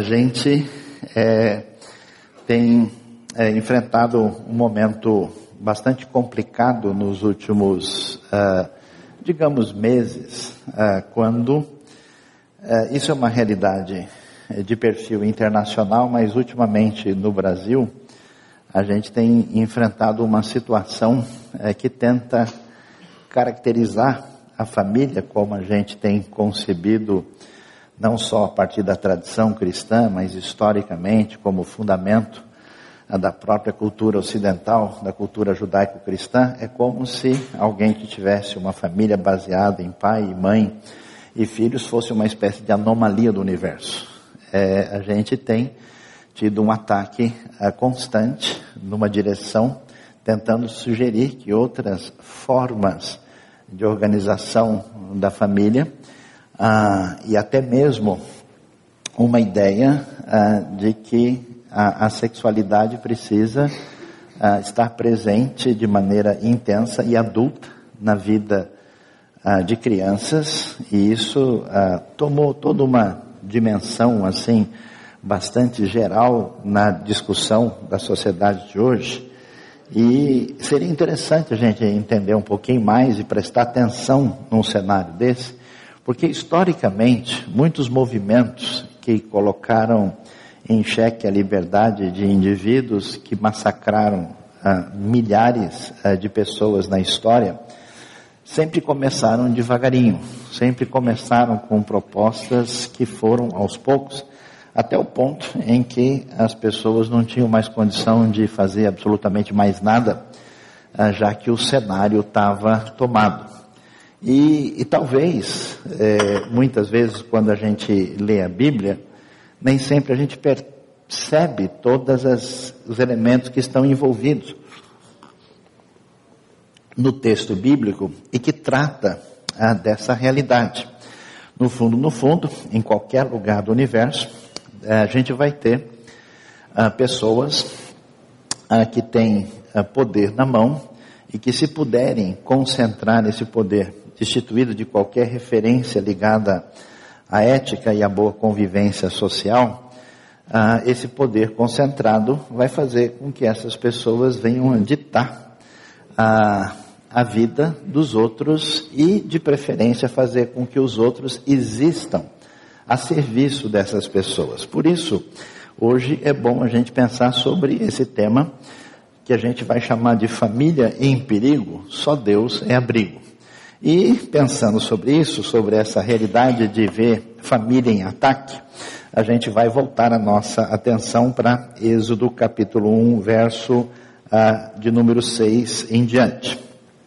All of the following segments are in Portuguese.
gente tem enfrentado um momento bastante complicado nos últimos, digamos, meses, quando isso é uma realidade de perfil internacional, mas ultimamente no Brasil a gente tem enfrentado uma situação que tenta caracterizar a família como a gente tem concebido, não só a partir da tradição cristã, mas historicamente como fundamento da própria cultura ocidental, da cultura judaico-cristã. É como se alguém que tivesse uma família baseada em pai, mãe e filhos fosse uma espécie de anomalia do universo. A gente tem tido um ataque constante numa direção, tentando sugerir que outras formas de organização da família e até mesmo uma ideia de que a sexualidade precisa estar presente de maneira intensa e adulta na vida de crianças, e isso tomou toda uma dimensão assim bastante geral na discussão da sociedade de hoje. E seria interessante a gente entender um pouquinho mais e prestar atenção num cenário desse, porque historicamente muitos movimentos que colocaram em xeque a liberdade de indivíduos, que massacraram milhares de pessoas na história, sempre começaram devagarinho, sempre começaram com propostas que foram aos poucos, até o ponto em que as pessoas não tinham mais condição de fazer absolutamente mais nada, já que o cenário estava tomado. E talvez, muitas vezes, quando a gente lê a Bíblia, nem sempre a gente percebe todos os elementos que estão envolvidos no texto bíblico e que trata dessa realidade. No fundo, em qualquer lugar do universo, a gente vai ter pessoas que têm poder na mão e que, se puderem concentrar esse poder, destituído de qualquer referência ligada à ética e à boa convivência social, esse poder concentrado vai fazer com que essas pessoas venham a ditar a vida dos outros e, de preferência, fazer com que os outros existam a serviço dessas pessoas. Por isso, hoje é bom a gente pensar sobre esse tema que a gente vai chamar de família em perigo. Só Deus é abrigo. E pensando sobre isso, sobre essa realidade de ver família em ataque, a gente vai voltar a nossa atenção para Êxodo capítulo 1, verso de número 6 em diante.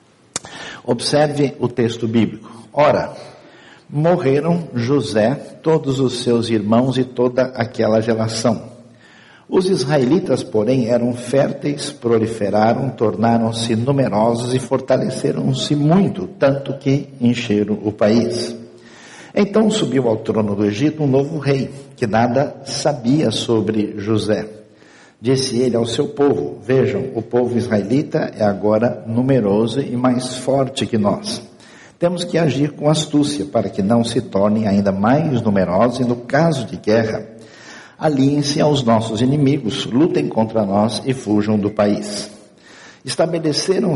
Observe o texto bíblico. Ora, morreram José, todos os seus irmãos e toda aquela geração. Os israelitas, porém, eram férteis, proliferaram, tornaram-se numerosos e fortaleceram-se muito, tanto que encheram o país. Então subiu ao trono do Egito um novo rei, que nada sabia sobre José. Disse ele ao seu povo: vejam, o povo israelita é agora numeroso e mais forte que nós. Temos que agir com astúcia para que não se tornem ainda mais numerosos e, no caso de guerra, aliem-se aos nossos inimigos, lutem contra nós e fujam do país. Estabeleceram,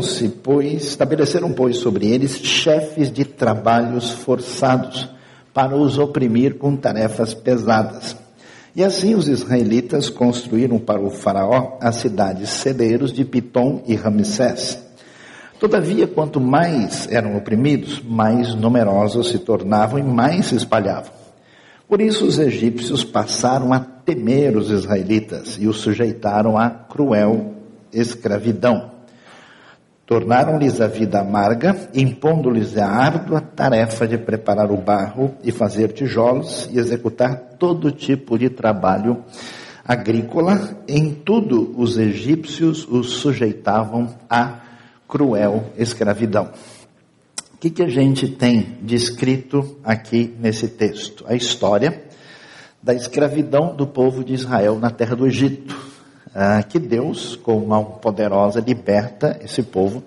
pois, sobre eles chefes de trabalhos forçados, para os oprimir com tarefas pesadas. E assim os israelitas construíram para o faraó as cidades celeiros de Pitom e Ramsés. Todavia, quanto mais eram oprimidos, mais numerosos se tornavam e mais se espalhavam. Por isso os egípcios passaram a temer os israelitas e os sujeitaram a cruel escravidão. Tornaram-lhes a vida amarga, impondo-lhes a árdua tarefa de preparar o barro e fazer tijolos e executar todo tipo de trabalho agrícola. Em tudo os egípcios os sujeitavam a cruel escravidão. O que a gente tem descrito aqui nesse texto? A história da escravidão do povo de Israel na terra do Egito. Que Deus, com mão poderosa, liberta esse povo.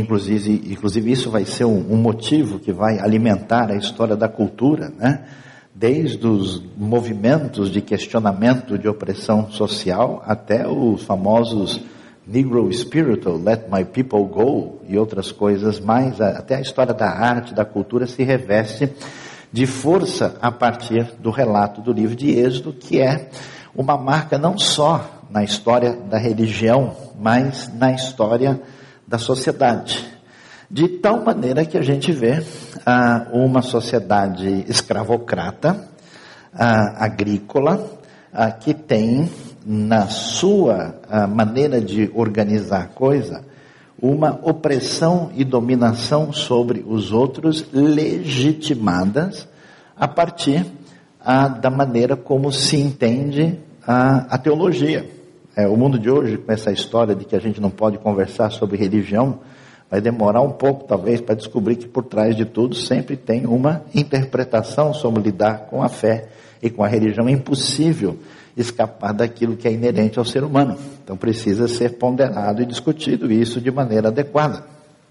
Inclusive isso vai ser um motivo que vai alimentar a história da cultura, né? desde os movimentos de questionamento de opressão social até os famosos Negro Spiritual, Let My People Go e outras coisas mais, até a história da arte, da cultura se reveste de força a partir do relato do livro de Êxodo, que é uma marca não só na história da religião, mas na história da sociedade. De tal maneira que a gente vê uma sociedade escravocrata, agrícola, que tem na sua maneira de organizar a coisa, uma opressão e dominação sobre os outros legitimadas a partir da maneira como se entende a teologia. O mundo de hoje, com essa história de que a gente não pode conversar sobre religião, vai demorar um pouco talvez para descobrir que por trás de tudo sempre tem uma interpretação sobre lidar com a fé e com a religião. É impossível escapar daquilo que é inerente ao ser humano. Então precisa ser ponderado e discutido isso de maneira adequada.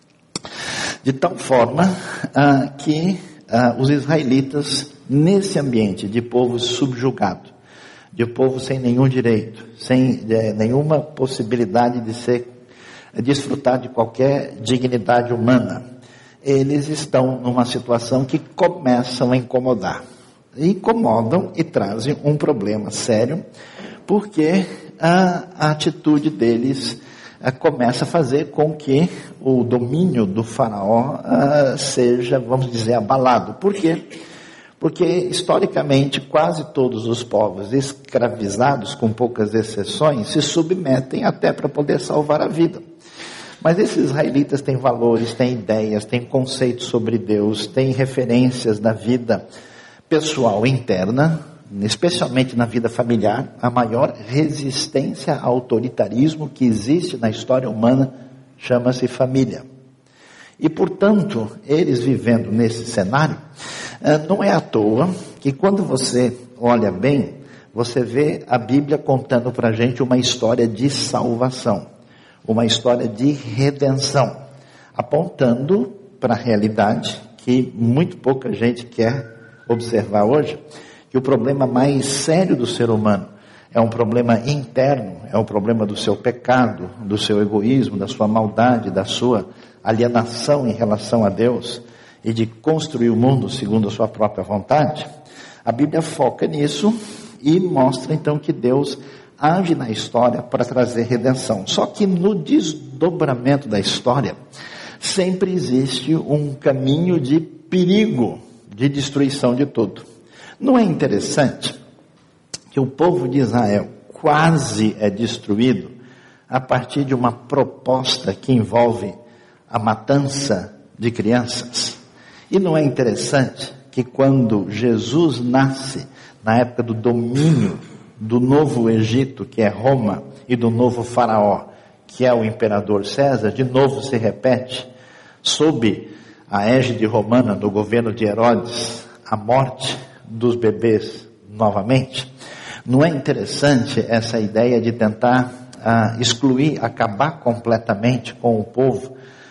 De tal forma que os israelitas, nesse ambiente de povo subjugado, de povo sem nenhum direito, sem nenhuma possibilidade de desfrutar de qualquer dignidade humana, eles estão numa situação que começam a incomodar. Incomodam e trazem um problema sério, porque a atitude deles começa a fazer com que o domínio do faraó seja, vamos dizer, abalado. Por quê? Porque historicamente quase todos os povos escravizados, com poucas exceções, se submetem até para poder salvar a vida. Mas esses israelitas têm valores, têm ideias, têm conceitos sobre Deus, têm referências da vida pessoal interna, especialmente na vida familiar. A maior resistência ao autoritarismo que existe na história humana chama-se família. E, portanto, eles vivendo nesse cenário, não é à toa que quando você olha bem, você vê a Bíblia contando para a gente uma história de salvação, uma história de redenção, apontando para a realidade que muito pouca gente quer observar hoje, que o problema mais sério do ser humano é um problema interno, é um problema do seu pecado, do seu egoísmo, da sua maldade, da sua alienação em relação a Deus e de construir o mundo segundo a sua própria vontade. A Bíblia foca nisso e mostra então que Deus age na história para trazer redenção. Só que no desdobramento da história sempre existe um caminho de perigo, de destruição de tudo. Não é interessante que o povo de Israel quase é destruído a partir de uma proposta que envolve a matança de crianças? E não é interessante que quando Jesus nasce, na época do domínio do novo Egito, que é Roma, e do novo faraó, que é o imperador César, de novo se repete, sob a égide romana do governo de Herodes, a morte dos bebês novamente. Não é interessante essa ideia de tentar excluir, acabar completamente com o povo,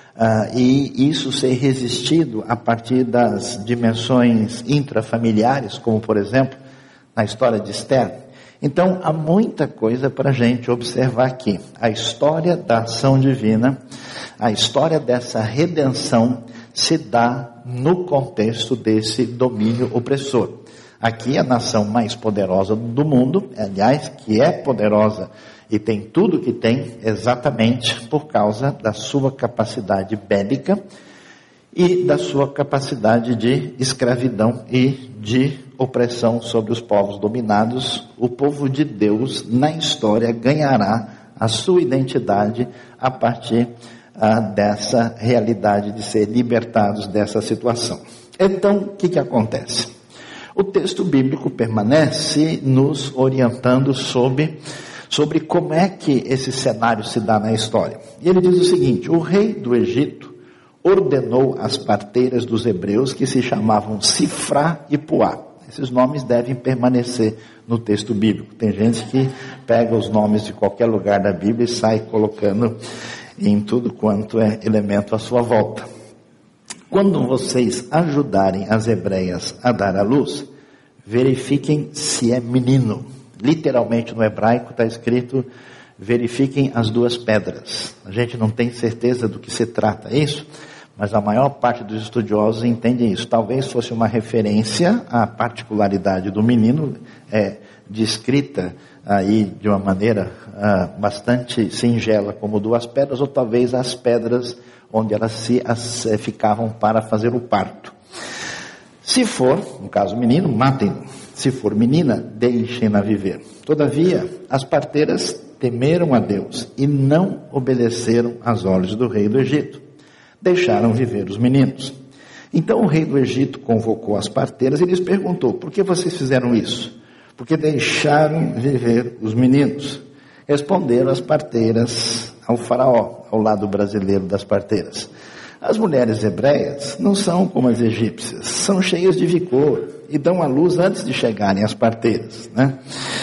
e isso ser resistido a partir das dimensões intrafamiliares, como por exemplo, na história de Esther? Então, há muita coisa para a gente observar aqui. A história da ação divina, a história dessa redenção se dá no contexto desse domínio opressor. Aqui a nação mais poderosa do mundo, aliás, que é poderosa e tem tudo que tem exatamente por causa da sua capacidade bélica e da sua capacidade de escravidão e de opressão sobre os povos dominados. O povo de Deus na história ganhará a sua identidade a partir dessa realidade de ser libertados dessa situação. Então, o que acontece? O texto bíblico permanece nos orientando sobre como é que esse cenário se dá na história. E ele diz o seguinte: o rei do Egito ordenou às parteiras dos hebreus, que se chamavam Sifrá e Puá. Esses nomes devem permanecer no texto bíblico. Tem gente que pega os nomes de qualquer lugar da Bíblia e sai colocando em tudo quanto é elemento à sua volta. Quando vocês ajudarem as hebreias a dar à luz, verifiquem se é menino. Literalmente no hebraico está escrito, verifiquem as duas pedras. A gente não tem certeza do que se trata, é isso? Mas a maior parte dos estudiosos entendem isso. Talvez fosse uma referência à particularidade do menino, descrita aí de uma maneira bastante singela como duas pedras, ou talvez as pedras onde elas ficavam para fazer o parto. Se for, no caso menino, matem-no. Se for menina, deixem-na viver. Todavia, as parteiras temeram a Deus e não obedeceram às ordens do rei do Egito. Deixaram viver os meninos. Então o rei do Egito convocou as parteiras e lhes perguntou, por que vocês fizeram isso? Porque deixaram viver os meninos. Responderam as parteiras ao faraó, ao lado brasileiro das parteiras. As mulheres hebreias não são como as egípcias, são cheias de vigor e dão à luz antes de chegarem as parteiras, né?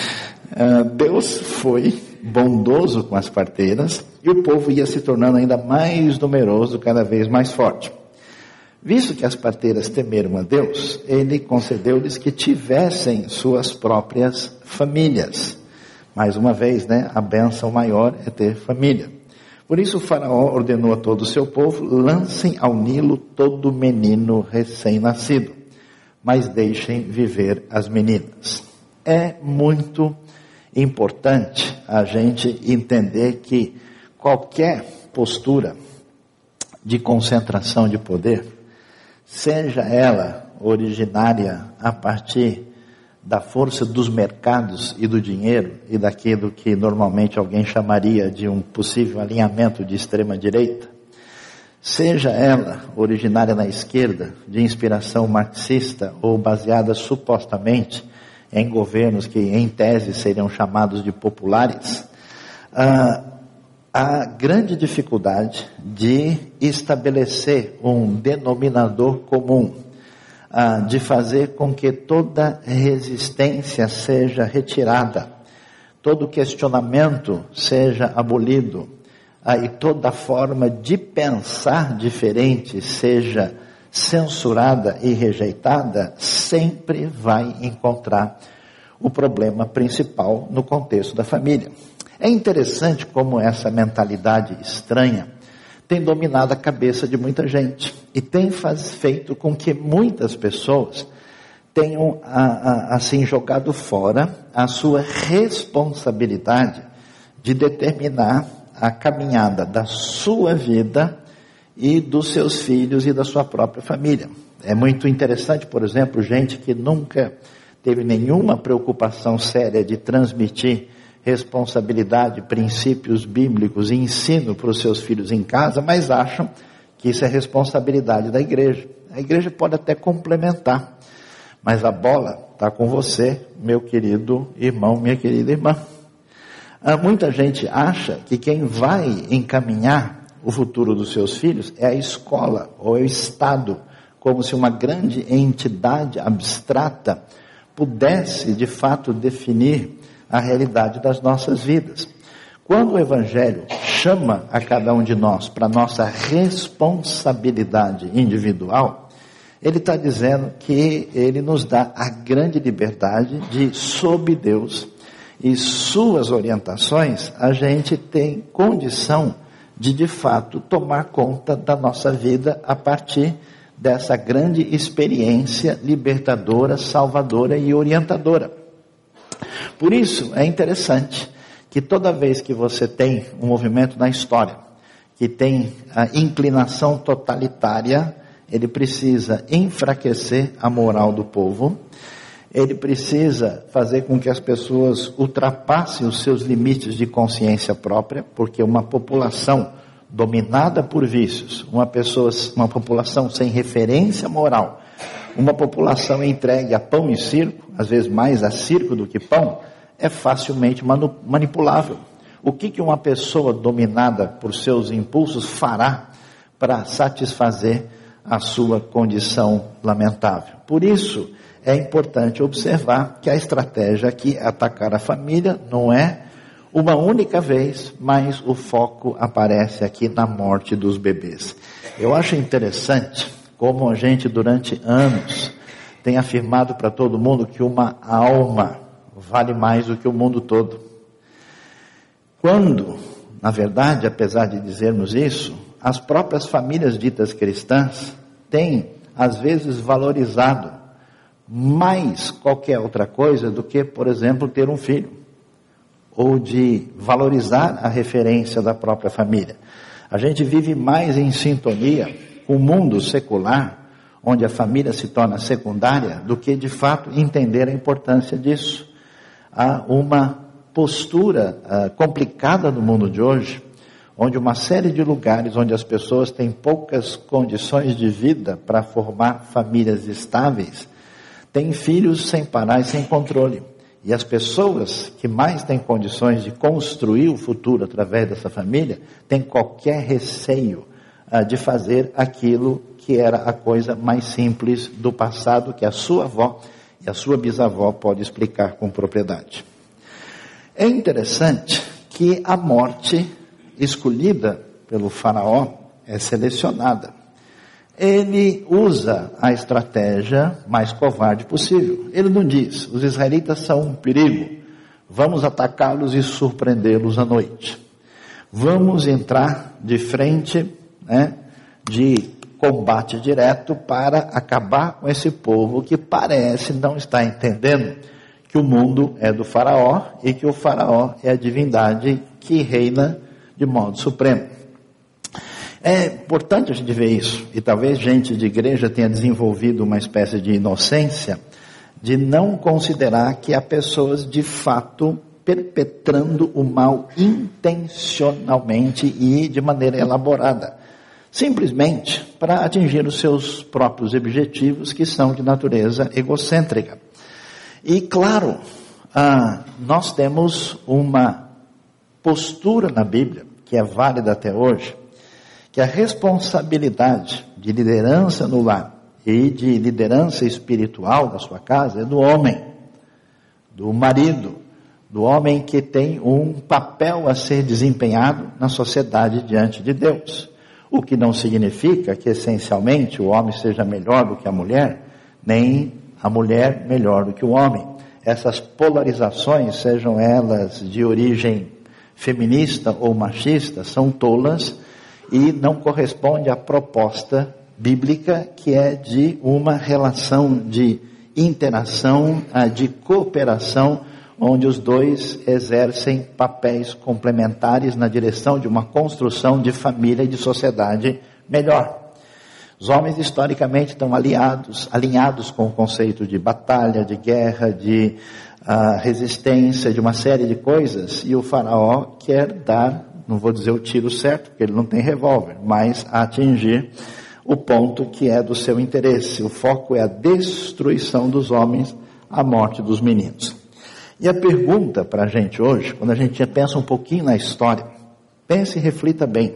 Deus foi bondoso com as parteiras e o povo ia se tornando ainda mais numeroso, cada vez mais forte. Visto que as parteiras temeram a Deus, ele concedeu-lhes que tivessem suas próprias famílias. Mais uma vez, né, a bênção maior é ter família. Por isso o faraó ordenou a todo o seu povo, lancem ao Nilo todo menino recém-nascido, mas deixem viver as meninas. É muito importante a gente entender que qualquer postura de concentração de poder, seja ela originária a partir da força dos mercados e do dinheiro e daquilo que normalmente alguém chamaria de um possível alinhamento de extrema direita, seja ela originária na esquerda, de inspiração marxista ou baseada supostamente em governos que em tese seriam chamados de populares, a grande dificuldade de estabelecer um denominador comum, de fazer com que toda resistência seja retirada, todo questionamento seja abolido, e toda forma de pensar diferente seja censurada e rejeitada, sempre vai encontrar o problema principal no contexto da família. É interessante como essa mentalidade estranha tem dominado a cabeça de muita gente e tem feito com que muitas pessoas tenham assim jogado fora a sua responsabilidade de determinar a caminhada da sua vida e dos seus filhos e da sua própria família. É muito interessante, por exemplo, gente que nunca teve nenhuma preocupação séria de transmitir responsabilidade, princípios bíblicos e ensino para os seus filhos em casa, mas acham que isso é responsabilidade da igreja. A igreja pode até complementar, mas a bola está com você, meu querido irmão, minha querida irmã. Muita gente acha que quem vai encaminhar o futuro dos seus filhos é a escola ou é o Estado, como se uma grande entidade abstrata pudesse de fato definir a realidade das nossas vidas. Quando o Evangelho chama a cada um de nós para nossa responsabilidade individual, ele está dizendo que ele nos dá a grande liberdade de, sob Deus e suas orientações, a gente tem condição de fato tomar conta da nossa vida a partir dessa grande experiência libertadora, salvadora e orientadora. Por isso é interessante que toda vez que você tem um movimento na história que tem a inclinação totalitária, ele precisa enfraquecer a moral do povo, ele precisa fazer com que as pessoas ultrapassem os seus limites de consciência própria, porque uma população dominada por vícios, uma população sem referência moral, uma população entregue a pão e circo, às vezes mais a circo do que pão, é facilmente manipulável. O que uma pessoa dominada por seus impulsos fará para satisfazer a sua condição lamentável? Por isso, é importante observar que a estratégia aqui é atacar a família, não é uma única vez, mas o foco aparece aqui na morte dos bebês. Eu acho interessante como a gente durante anos tem afirmado para todo mundo que uma alma vale mais do que o mundo todo. Quando, na verdade, apesar de dizermos isso, as próprias famílias ditas cristãs têm, às vezes, valorizado mais qualquer outra coisa do que, por exemplo, ter um filho, ou de valorizar a referência da própria família. A gente vive mais em sintonia com o mundo secular, onde a família se torna secundária, do que de fato entender a importância disso. Há uma postura complicada no mundo de hoje, onde uma série de lugares onde as pessoas têm poucas condições de vida para formar famílias estáveis, têm filhos sem parar e sem controle. E as pessoas que mais têm condições de construir o futuro através dessa família, têm qualquer receio de fazer aquilo que era a coisa mais simples do passado, que a sua avó e a sua bisavó podem explicar com propriedade. É interessante que a morte escolhida pelo faraó é selecionada. Ele usa a estratégia mais covarde possível. Ele não diz, os israelitas são um perigo, vamos atacá-los e surpreendê-los à noite. Vamos entrar de frente, de combate direto para acabar com esse povo que parece não estar entendendo que o mundo é do faraó e que o faraó é a divindade que reina de modo supremo. É importante a gente ver isso, e talvez gente de igreja tenha desenvolvido uma espécie de inocência de não considerar que há pessoas de fato perpetrando o mal intencionalmente e de maneira elaborada, simplesmente para atingir os seus próprios objetivos, que são de natureza egocêntrica. E claro, nós temos uma postura na Bíblia, que é válida até hoje, que a responsabilidade de liderança no lar e de liderança espiritual da sua casa é do homem, do marido, do homem que tem um papel a ser desempenhado na sociedade diante de Deus. O que não significa que essencialmente o homem seja melhor do que a mulher, nem a mulher melhor do que o homem. Essas polarizações, sejam elas de origem feminista ou machista, são tolas e não correspondem à proposta bíblica, que é de uma relação de interação, de cooperação, onde os dois exercem papéis complementares na direção de uma construção de família e de sociedade melhor. Os homens historicamente estão alinhados com o conceito de batalha, de guerra, de resistência, de uma série de coisas, e o faraó quer dar, não vou dizer o tiro certo, porque ele não tem revólver, mas atingir o ponto que é do seu interesse. O foco é a destruição dos homens, a morte dos meninos. E a pergunta para a gente hoje, quando a gente pensa um pouquinho na história, pense e reflita bem.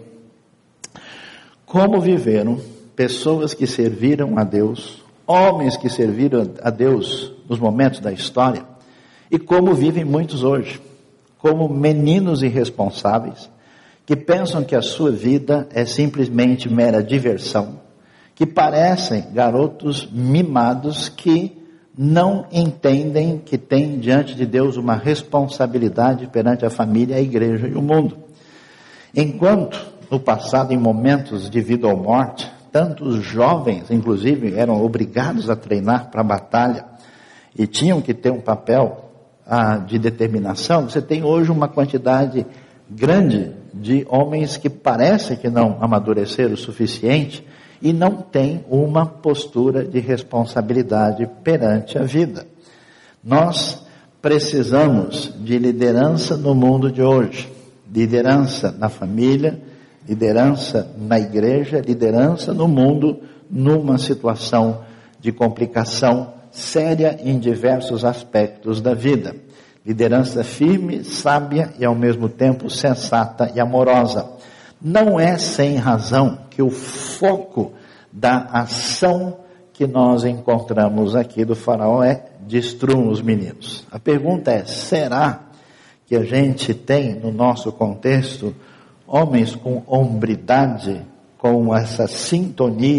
Como viveram pessoas que serviram a Deus, homens que serviram a Deus nos momentos da história, e como vivem muitos hoje, como meninos irresponsáveis, que pensam que a sua vida é simplesmente mera diversão, que parecem garotos mimados que não entendem que têm diante de Deus uma responsabilidade perante a família, a igreja e o mundo. Enquanto no passado, em momentos de vida ou morte, tantos jovens, inclusive, eram obrigados a treinar para a batalha e tinham que ter um papel de determinação, você tem hoje uma quantidade grande de homens que parece que não amadureceram o suficiente e não tem uma postura de responsabilidade perante a vida. Nós precisamos de liderança no mundo de hoje, liderança na família, liderança na igreja, liderança no mundo, numa situação de complicação séria em diversos aspectos da vida. Liderança firme, sábia e ao mesmo tempo sensata e amorosa. Não é sem razão que o foco da ação que nós encontramos aqui do faraó é destruam os meninos. A pergunta é, será que a gente tem no nosso contexto homens com hombridade, com essa sintonia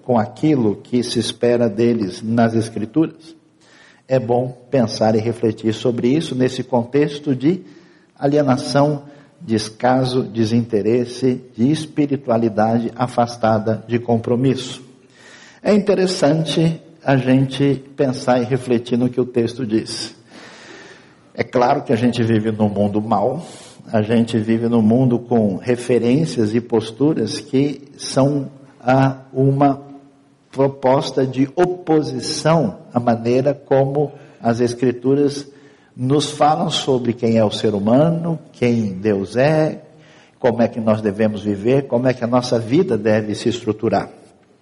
com aquilo que se espera deles nas Escrituras? É bom pensar e refletir sobre isso nesse contexto de alienação, descaso, desinteresse, de espiritualidade afastada de compromisso. É interessante a gente pensar e refletir no que o texto diz. É claro que a gente vive num mundo mau, a gente vive num mundo com referências e posturas que são uma proposta de oposição à maneira como as Escrituras nos falam sobre quem é o ser humano, quem Deus é, como é que nós devemos viver, como é que a nossa vida deve se estruturar.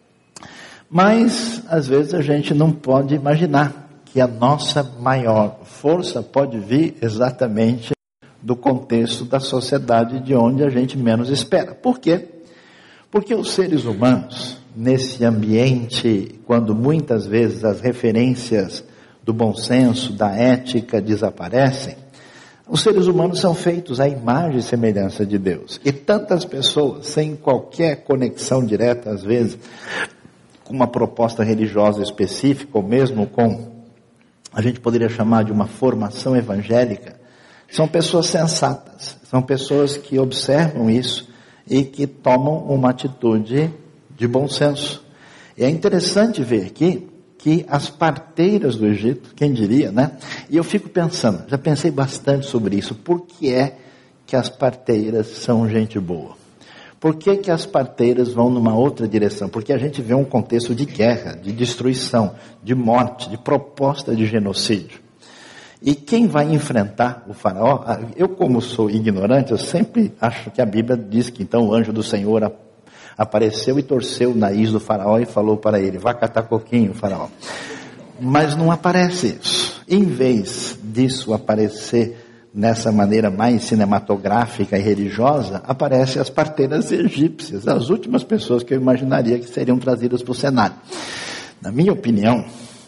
Mas, às vezes, a gente não pode imaginar que a nossa maior força pode vir exatamente do contexto da sociedade de onde a gente menos espera. Por quê? Porque os seres humanos, nesse ambiente, quando muitas vezes as referências do bom senso, da ética desaparecem, os seres humanos são feitos à imagem e semelhança de Deus. E tantas pessoas, sem qualquer conexão direta, às vezes, com uma proposta religiosa específica, ou mesmo com, a gente poderia chamar de uma formação evangélica, são pessoas sensatas, são pessoas que observam isso e que tomam uma atitude de bom senso. E é interessante ver aqui que as parteiras do Egito, quem diria, né? E eu fico pensando, já pensei bastante sobre isso, por que é que as parteiras são gente boa? Por que que as parteiras vão numa outra direção? Porque a gente vê um contexto de guerra, de destruição, de morte, de proposta de genocídio. E quem vai enfrentar o faraó, eu como sou ignorante, eu sempre acho que a Bíblia diz que então o anjo do Senhor apareceu e torceu o nariz do faraó e falou para ele, vá catar coquinho, faraó. Mas não aparece isso. Em vez disso aparecer nessa maneira mais cinematográfica e religiosa, aparecem as parteiras egípcias, as últimas pessoas que eu imaginaria que seriam trazidas para o cenário. Na minha opinião,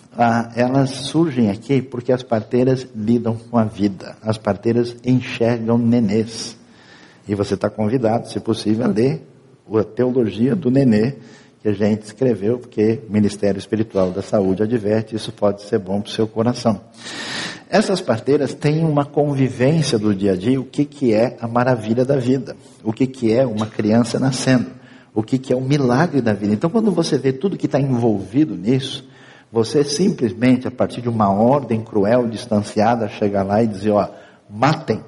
elas surgem aqui porque as parteiras lidam com a vida, as parteiras enxergam nenês. E você está convidado, se possível, a ler a teologia do nenê que a gente escreveu, porque o Ministério Espiritual da Saúde adverte, isso pode ser bom para o seu coração. Essas parteiras têm uma convivência do dia a dia, o que é a maravilha da vida, o que é uma criança nascendo, o que é o milagre da vida. Então, quando você vê tudo que está envolvido nisso, você simplesmente, a partir de uma ordem cruel, distanciada, chega lá e dizer, matem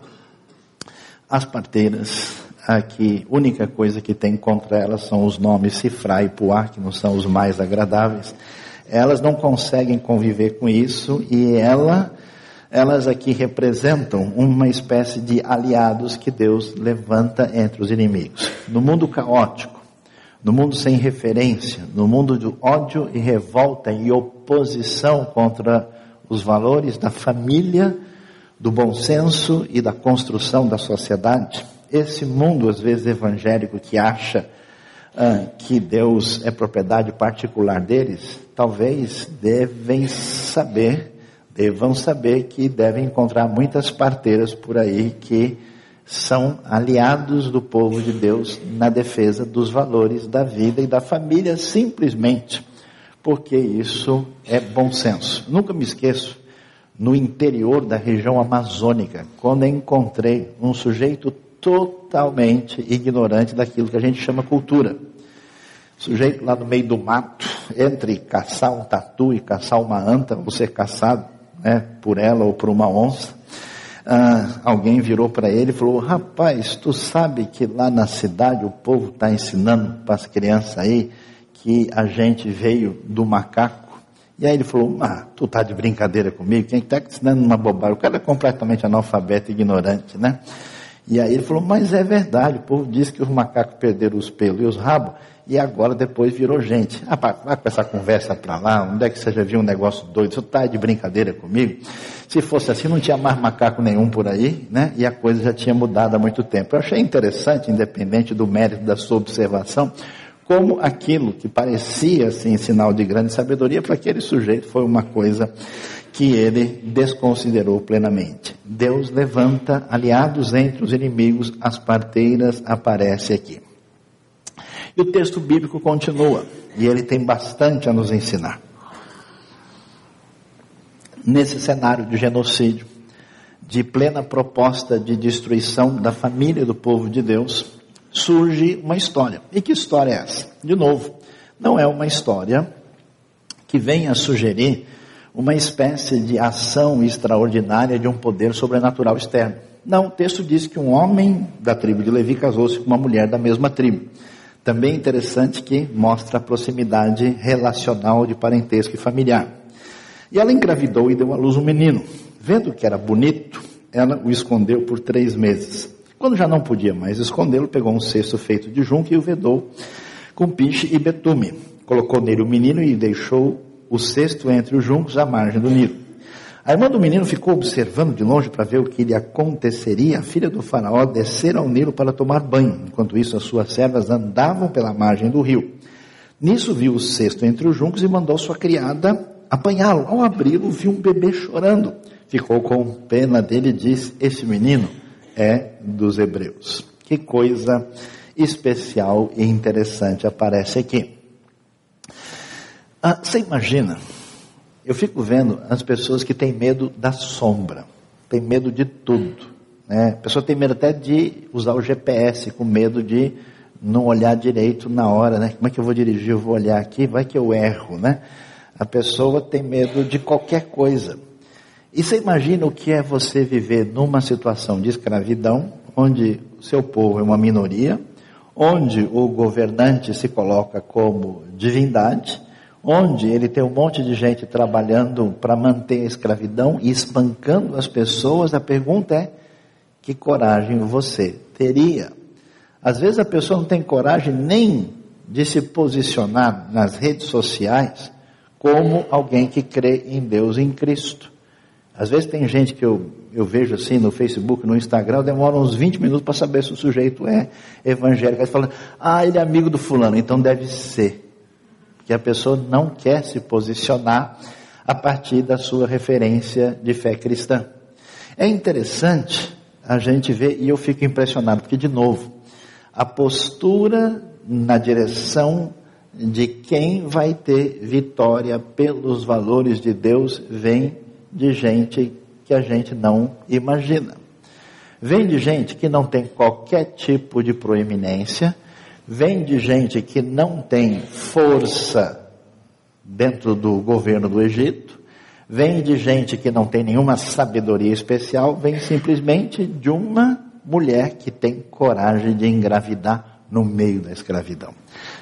as parteiras. Aqui, a única coisa que tem contra elas são os nomes Sifrá e Puá, que não são os mais agradáveis. Elas não conseguem conviver com isso e elas aqui representam uma espécie de aliados que Deus levanta entre os inimigos. No mundo caótico, no mundo sem referência, no mundo de ódio e revolta e oposição contra os valores da família, do bom senso e da construção da sociedade, esse mundo, às vezes, evangélico, que acha que Deus é propriedade particular deles, talvez devam saber que devem encontrar muitas parteiras por aí que são aliados do povo de Deus na defesa dos valores da vida e da família, simplesmente porque isso é bom senso. Nunca me esqueço, no interior da região amazônica, quando eu encontrei um sujeito totalmente ignorante daquilo que a gente chama cultura. Sujeito lá no meio do mato, entre caçar um tatu e caçar uma anta, ou ser caçado, né, por ela ou por uma onça, alguém virou para ele e falou, rapaz, tu sabe que lá na cidade o povo está ensinando para as crianças aí que a gente veio do macaco? E aí ele falou, tu tá de brincadeira comigo? Quem está ensinando uma bobagem? O cara é completamente analfabeto e ignorante, né? E aí ele falou, mas é verdade, o povo diz que os macacos perderam os pelos e os rabos, e agora depois virou gente. Vai com essa conversa para lá, onde é que você já viu um negócio doido? Você está de brincadeira comigo? Se fosse assim, não tinha mais macaco nenhum por aí, né? E a coisa já tinha mudado há muito tempo. Eu achei interessante, independente do mérito da sua observação, como aquilo que parecia assim sinal de grande sabedoria para aquele sujeito foi uma coisa que ele desconsiderou plenamente. Deus levanta aliados entre os inimigos, as parteiras aparecem aqui. E o texto bíblico continua, e ele tem bastante a nos ensinar. Nesse cenário de genocídio, de plena proposta de destruição da família do povo de Deus, surge uma história. E que história é essa? De novo, não é uma história que venha sugerir uma espécie de ação extraordinária de um poder sobrenatural externo. Não, o texto diz que um homem da tribo de Levi casou-se com uma mulher da mesma tribo. Também interessante que mostra a proximidade relacional de parentesco e familiar. E ela engravidou e deu à luz um menino. Vendo que era bonito, ela o escondeu por 3 meses. Quando já não podia mais escondê-lo, pegou um cesto feito de junco e o vedou com piche e betume. Colocou nele o menino e deixou o cesto entre os juncos à margem do Nilo. A irmã do menino ficou observando de longe para ver o que lhe aconteceria. A filha do faraó descera ao Nilo para tomar banho. Enquanto isso, as suas servas andavam pela margem do rio. Nisso viu o cesto entre os juncos e mandou sua criada apanhá-lo. Ao abri-lo, viu um bebê chorando. Ficou com pena dele e disse: esse menino é dos hebreus. Que coisa especial e interessante aparece aqui. Você imagina, eu fico vendo as pessoas que têm medo da sombra, têm medo de tudo, né? A pessoa tem medo até de usar o GPS, com medo de não olhar direito na hora, né? Como é que eu vou dirigir? Eu vou olhar aqui, vai que eu erro, né? A pessoa tem medo de qualquer coisa. E você imagina o que é você viver numa situação de escravidão, onde o seu povo é uma minoria, onde o governante se coloca como divindade, onde ele tem um monte de gente trabalhando para manter a escravidão e espancando as pessoas. A pergunta é: que coragem você teria? Às vezes a pessoa não tem coragem nem de se posicionar nas redes sociais como alguém que crê em Deus, em Cristo. Às vezes tem gente que eu vejo assim no Facebook, no Instagram, demora uns 20 minutos para saber se o sujeito é evangélico. Aí fala: ele é amigo do fulano, então deve ser. Que a pessoa não quer se posicionar a partir da sua referência de fé cristã. É interessante a gente ver, e eu fico impressionado, porque de novo, a postura na direção de quem vai ter vitória pelos valores de Deus vem de gente que a gente não imagina. Vem de gente que não tem qualquer tipo de proeminência, vem de gente que não tem força dentro do governo do Egito, vem de gente que não tem nenhuma sabedoria especial, vem simplesmente de uma mulher que tem coragem de engravidar no meio da escravidão,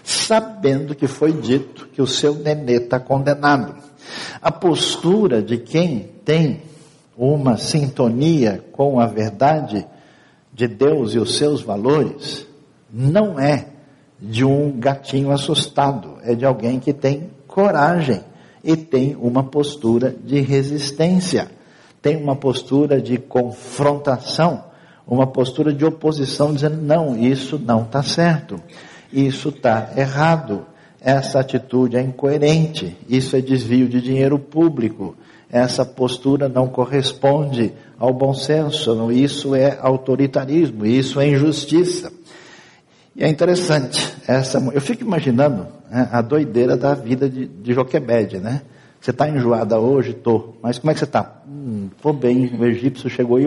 sabendo que foi dito que o seu nenê está condenado. A postura de quem tem uma sintonia com a verdade de Deus e os seus valores não é de um gatinho assustado, é de alguém que tem coragem e tem uma postura de resistência, tem uma postura de confrontação, uma postura de oposição, dizendo: não, isso não está certo, isso está errado, essa atitude é incoerente, isso é desvio de dinheiro público, essa postura não corresponde ao bom senso, isso é autoritarismo, isso é injustiça. E é interessante, eu fico imaginando, né, a doideira da vida de Joquebede, né? Você está enjoada hoje? Estou. Mas como é que você está? Estou bem, o egípcio chegou e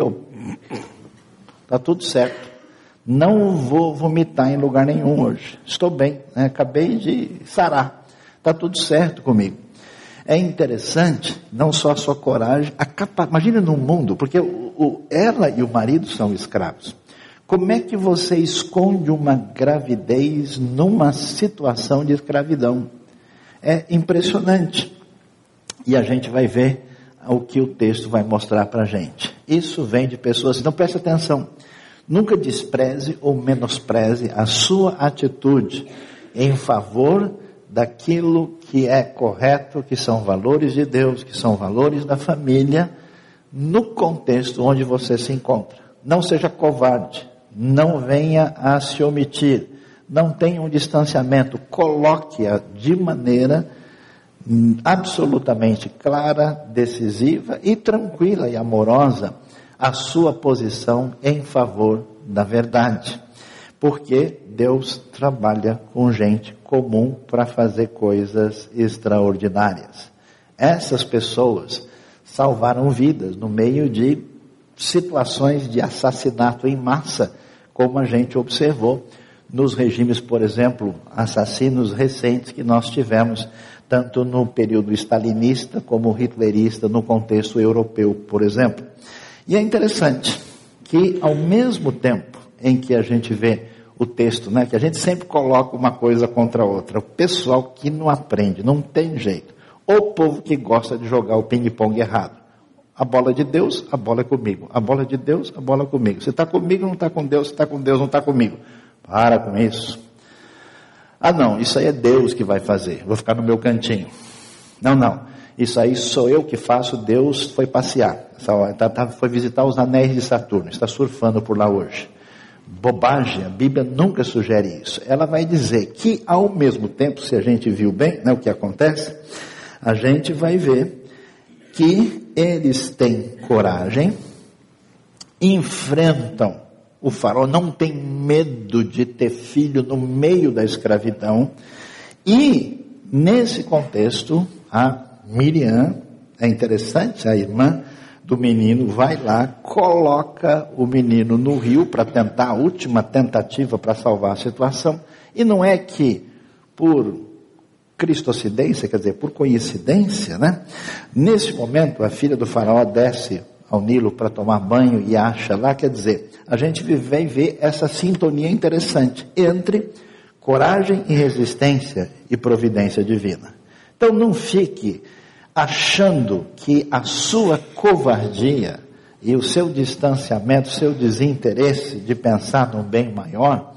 está tudo certo. Não vou vomitar em lugar nenhum hoje. Estou bem, né? Acabei de sarar. Está tudo certo comigo. É interessante, não só a sua coragem, imagine num mundo, porque ela e o marido são escravos. Como é que você esconde uma gravidez numa situação de escravidão? É impressionante. E a gente vai ver o que o texto vai mostrar para a gente. Isso vem de pessoas, então preste atenção. Nunca despreze ou menospreze a sua atitude em favor daquilo que é correto, que são valores de Deus, que são valores da família, no contexto onde você se encontra. Não seja covarde, não venha a se omitir, não tenha um distanciamento, coloque-a de maneira absolutamente clara, decisiva e tranquila e amorosa a sua posição em favor da verdade. porque Deus trabalha com gente comum para fazer coisas extraordinárias. Essas pessoas salvaram vidas no meio de situações de assassinato em massa, como a gente observou nos regimes, por exemplo, assassinos recentes que nós tivemos, tanto no período stalinista como hitlerista, no contexto europeu, por exemplo. E é interessante que, ao mesmo tempo em que a gente vê o texto, né, que a gente sempre coloca uma coisa contra a outra, o pessoal que não aprende, não tem jeito, ou o povo que gosta de jogar o ping-pong errado. A bola de Deus, a bola é comigo. A bola de Deus, a bola é comigo. Você está comigo, não está com Deus. Se está com Deus, não está comigo. Para com isso. Ah, não, isso aí é Deus que vai fazer. Vou ficar no meu cantinho. Não. Isso aí sou eu que faço. Deus foi passear. Foi visitar os anéis de Saturno. Está surfando por lá hoje. Bobagem, a Bíblia nunca sugere isso. Ela vai dizer que, ao mesmo tempo, se a gente viu bem, né, o que acontece, a gente vai ver que eles têm coragem, enfrentam o faraó, não tem medo de ter filho no meio da escravidão, e nesse contexto, a Miriam, é interessante, a irmã do menino vai lá, coloca o menino no rio para tentar a última tentativa para salvar a situação, e não é que por cristocidência, quer dizer, por coincidência, né? Nesse momento, a filha do faraó desce ao Nilo para tomar banho e acha lá, quer dizer, a gente vem ver essa sintonia interessante entre coragem e resistência e providência divina. Então não fique achando que a sua covardia e o seu distanciamento, o seu desinteresse de pensar num bem maior,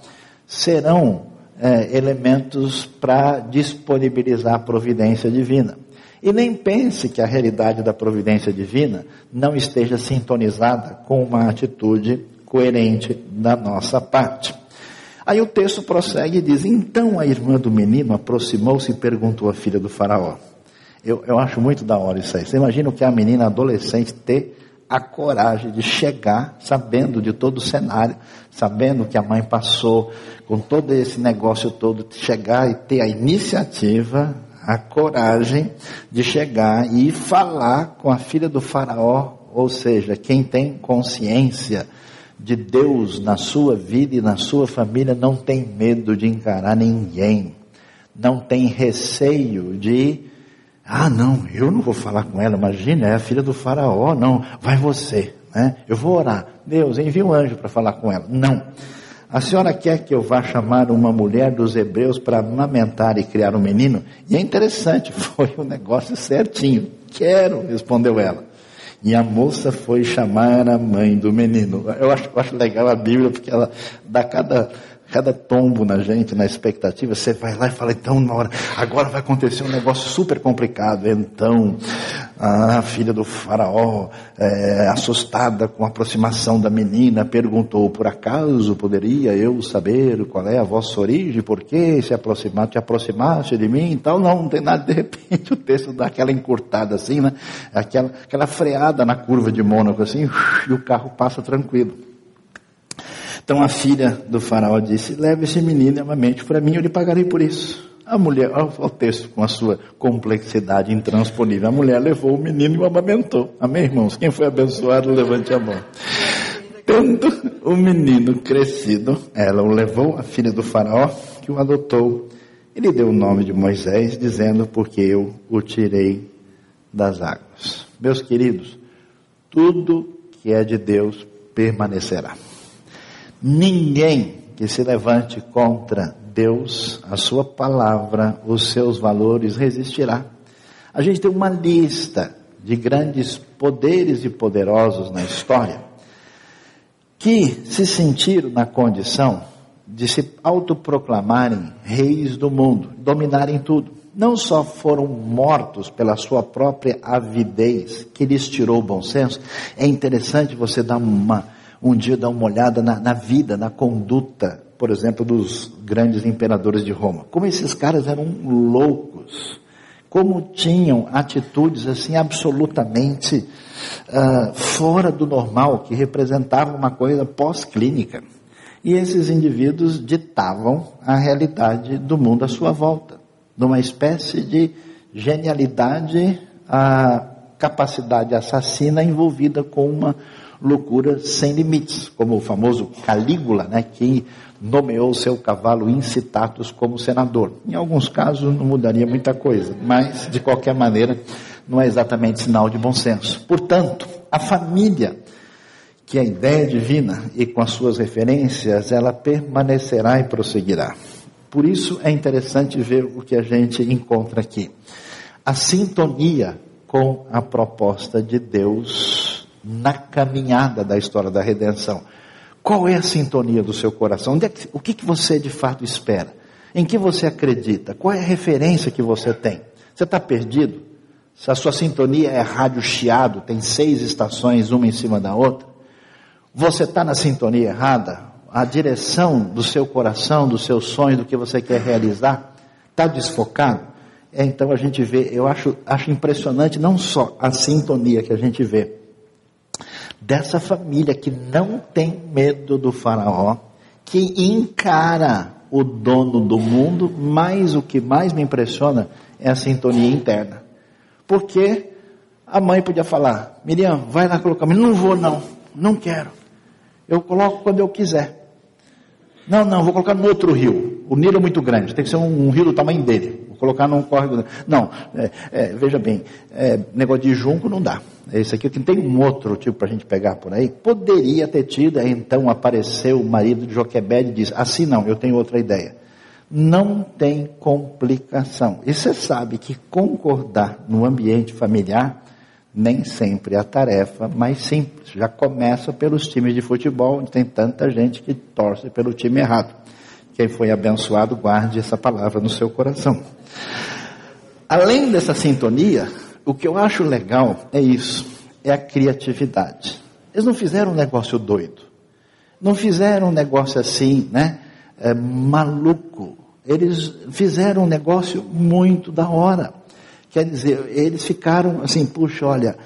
serão elementos para disponibilizar a providência divina. E nem pense que a realidade da providência divina não esteja sintonizada com uma atitude coerente da nossa parte. Aí o texto prossegue e diz: então a irmã do menino aproximou-se e perguntou à filha do faraó. Eu acho muito da hora isso aí. Você imagina o que a menina adolescente ter a coragem de chegar, sabendo de todo o cenário, sabendo que a mãe passou, com todo esse negócio todo, chegar e ter a iniciativa, a coragem de chegar e falar com a filha do faraó, ou seja, quem tem consciência de Deus na sua vida e na sua família, não tem medo de encarar ninguém, não tem receio de, não, eu não vou falar com ela, imagina, é a filha do faraó, não, vai você, né? Eu vou orar, Deus, envia um anjo para falar com ela. Não, a senhora quer que eu vá chamar uma mulher dos hebreus para amamentar e criar um menino? E é interessante, foi um negócio certinho. Quero, respondeu ela. E a moça foi chamar a mãe do menino. Eu acho legal a Bíblia, porque ela dá cada tombo na gente, na expectativa. Você vai lá e fala, então, na hora, agora vai acontecer um negócio super complicado. Então, a filha do faraó, assustada com a aproximação da menina, perguntou: por acaso poderia eu saber qual é a vossa origem? Por que te aproximaste de mim? Então, não tem nada. De repente o texto dá aquela encurtada assim, né? Aquela freada na curva de Mônaco assim, e o carro passa tranquilo. Então a filha do faraó disse: leve esse menino e amamente para mim, eu lhe pagarei por isso. A mulher, olha o texto com a sua complexidade intransponível. A mulher levou o menino e o amamentou. Amém, irmãos? Quem foi abençoado, levante a mão. Tendo o menino crescido, ela o levou, a filha do faraó, que o adotou. E lhe deu o nome de Moisés, dizendo: porque eu o tirei das águas. Meus queridos, tudo que é de Deus permanecerá. Ninguém que se levante contra Deus, a sua palavra, os seus valores, resistirá. A gente tem uma lista de grandes poderes e poderosos na história que se sentiram na condição de se autoproclamarem reis do mundo, dominarem tudo. Não só foram mortos pela sua própria avidez, que lhes tirou o bom senso. É interessante você dar um dia dar uma olhada na vida, na conduta, por exemplo, dos grandes imperadores de Roma. Como esses caras eram loucos, como tinham atitudes assim absolutamente fora do normal, que representavam uma coisa pós-clínica. E esses indivíduos ditavam a realidade do mundo à sua volta, numa espécie de genialidade, a capacidade assassina envolvida com uma loucura sem limites, como o famoso Calígula, né, que nomeou seu cavalo Incitatus como senador. Em alguns casos não mudaria muita coisa, mas de qualquer maneira não é exatamente sinal de bom senso. Portanto, a família, que é a ideia divina e com as suas referências, ela permanecerá e prosseguirá. Por isso é interessante ver o que a gente encontra aqui. A sintonia com a proposta de Deus na caminhada da história da redenção. Qual é a sintonia do seu coração? O que você de fato espera? Em que você acredita? Qual é a referência que você tem? Você está perdido? Se a sua sintonia é rádio chiado, tem 6 estações, uma em cima da outra, você está na sintonia errada? A direção do seu coração, do seu sonho, do que você quer realizar, está desfocado? Então a gente vê, eu acho impressionante não só a sintonia que a gente vê dessa família que não tem medo do faraó, que encara o dono do mundo, mas o que mais me impressiona é a sintonia interna. Porque a mãe podia falar, Miriam, vai lá colocar, mas não vou não quero. Eu coloco quando eu quiser. Não, vou colocar no outro rio. O Nilo é muito grande, tem que ser um rio do tamanho dele. Vou colocar num córrego. Não, veja bem, negócio de junco não dá. Esse aqui tem um outro tipo para a gente pegar por aí. Poderia ter tido, então apareceu o marido de Joquebede e disse, assim não, eu tenho outra ideia. Não tem complicação. E você sabe que concordar no ambiente familiar nem sempre é a tarefa mais simples. Já começa pelos times de futebol, onde tem tanta gente que torce pelo time errado. Quem foi abençoado, guarde essa palavra no seu coração. Além dessa sintonia, o que eu acho legal é isso, é a criatividade. Eles não fizeram um negócio doido, não fizeram um negócio assim, maluco. Eles fizeram um negócio muito da hora. Quer dizer, eles ficaram assim, puxa, olha,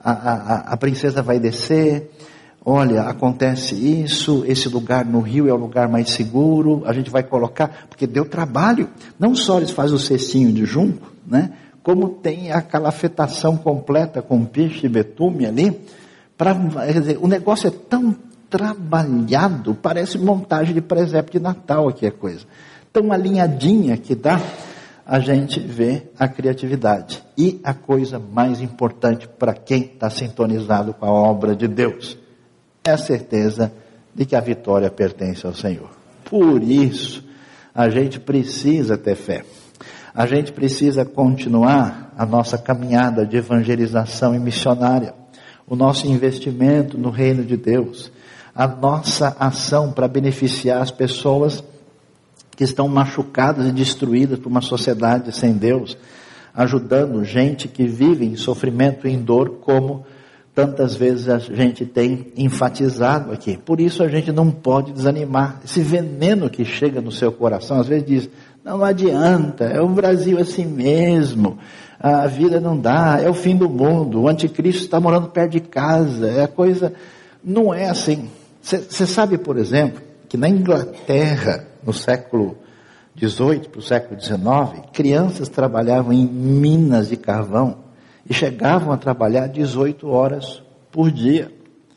a princesa vai descer, olha, acontece isso, esse lugar no rio é o lugar mais seguro, a gente vai colocar, porque deu trabalho. Não só eles fazem o cestinho de junco, como tem aquela afetação completa com peixe e betume ali, quer dizer, o negócio é tão trabalhado, parece montagem de presépio de Natal aqui a coisa. Tão alinhadinha que dá, a gente vê a criatividade. E a coisa mais importante para quem está sintonizado com a obra de Deus é a certeza de que a vitória pertence ao Senhor. Por isso, a gente precisa ter fé. A gente precisa continuar a nossa caminhada de evangelização e missionária, o nosso investimento no reino de Deus, a nossa ação para beneficiar as pessoas que estão machucadas e destruídas por uma sociedade sem Deus, ajudando gente que vive em sofrimento e em dor, como tantas vezes a gente tem enfatizado aqui. Por isso a gente não pode desanimar. Esse veneno que chega no seu coração, às vezes diz, não adianta, é o Brasil assim mesmo, a vida não dá, é o fim do mundo, o anticristo está morando perto de casa, a coisa não é assim. Você sabe, por exemplo, que na Inglaterra, no século XVIII para o século XIX, crianças trabalhavam em minas de carvão e chegavam a trabalhar 18 horas por dia.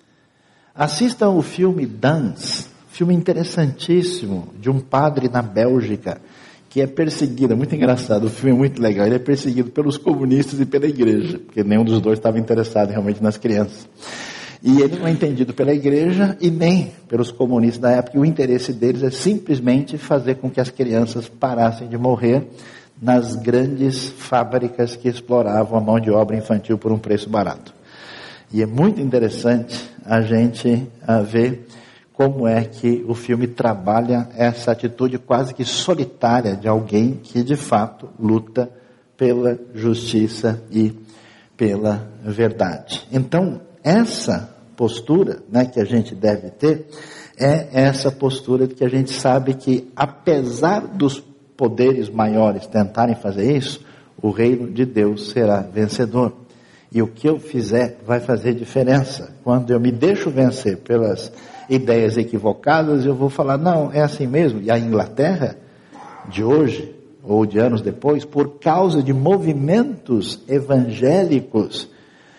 Assistam o filme Dance, filme interessantíssimo, de um padre na Bélgica, que é perseguido, é muito engraçado, o filme é muito legal, ele é perseguido pelos comunistas e pela igreja, porque nenhum dos dois estava interessado realmente nas crianças. E ele não é entendido pela igreja e nem pelos comunistas da época. E o interesse deles é simplesmente fazer com que as crianças parassem de morrer nas grandes fábricas que exploravam a mão de obra infantil por um preço barato. E é muito interessante a gente ver como é que o filme trabalha essa atitude quase que solitária de alguém que de fato luta pela justiça e pela verdade. Então, essa postura, que a gente deve ter, é essa postura de que a gente sabe que, apesar dos poderes maiores tentarem fazer isso, o reino de Deus será vencedor. E o que eu fizer vai fazer diferença. Quando eu me deixo vencer pelas ideias equivocadas, eu vou falar, não, é assim mesmo. E a Inglaterra, de hoje, ou de anos depois, por causa de movimentos evangélicos,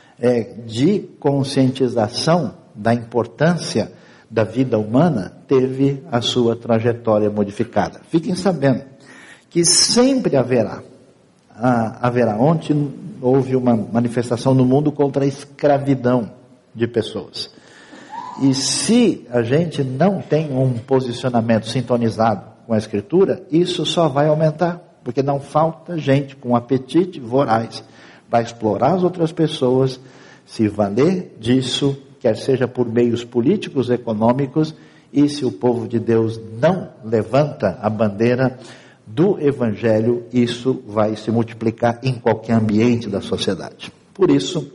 de conscientização da importância da vida humana, teve a sua trajetória modificada. Fiquem sabendo que sempre haverá. Ontem houve uma manifestação no mundo contra a escravidão de pessoas. E se a gente não tem um posicionamento sintonizado com a Escritura, isso só vai aumentar, porque não falta gente com apetite voraz para explorar as outras pessoas, se valer disso, quer seja por meios políticos, econômicos, e se o povo de Deus não levanta a bandeira do Evangelho, isso vai se multiplicar em qualquer ambiente da sociedade. Por isso,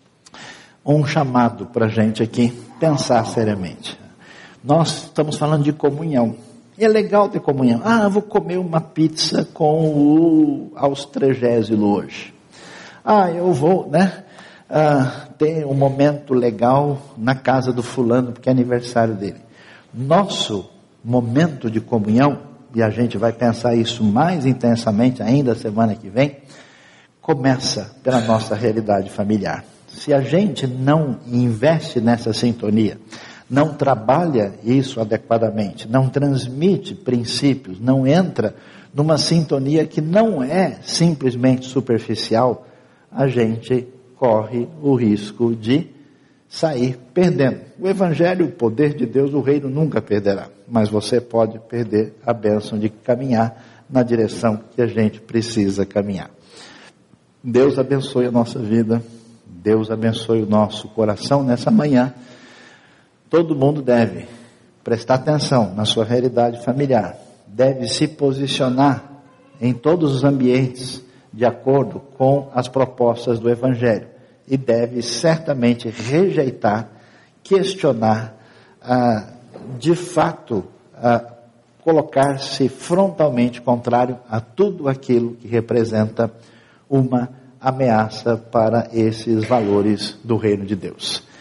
um chamado para a gente aqui pensar seriamente. Nós estamos falando de comunhão. E é legal ter comunhão. Vou comer uma pizza com o Austrégésilo hoje. Eu vou, ter um momento legal na casa do fulano, porque é aniversário dele. Nosso momento de comunhão, e a gente vai pensar isso mais intensamente ainda semana que vem, começa pela nossa realidade familiar. Se a gente não investe nessa sintonia, não trabalha isso adequadamente, não transmite princípios, não entra numa sintonia que não é simplesmente superficial, a gente corre o risco de sair perdendo. O Evangelho, o poder de Deus, o reino nunca perderá, mas você pode perder a bênção de caminhar na direção que a gente precisa caminhar. Deus abençoe a nossa vida, Deus abençoe o nosso coração nessa manhã. Todo mundo deve prestar atenção na sua realidade familiar, deve se posicionar em todos os ambientes de acordo com as propostas do Evangelho e deve certamente rejeitar, questionar, de fato, colocar-se frontalmente contrário a tudo aquilo que representa uma ameaça para esses valores do reino de Deus.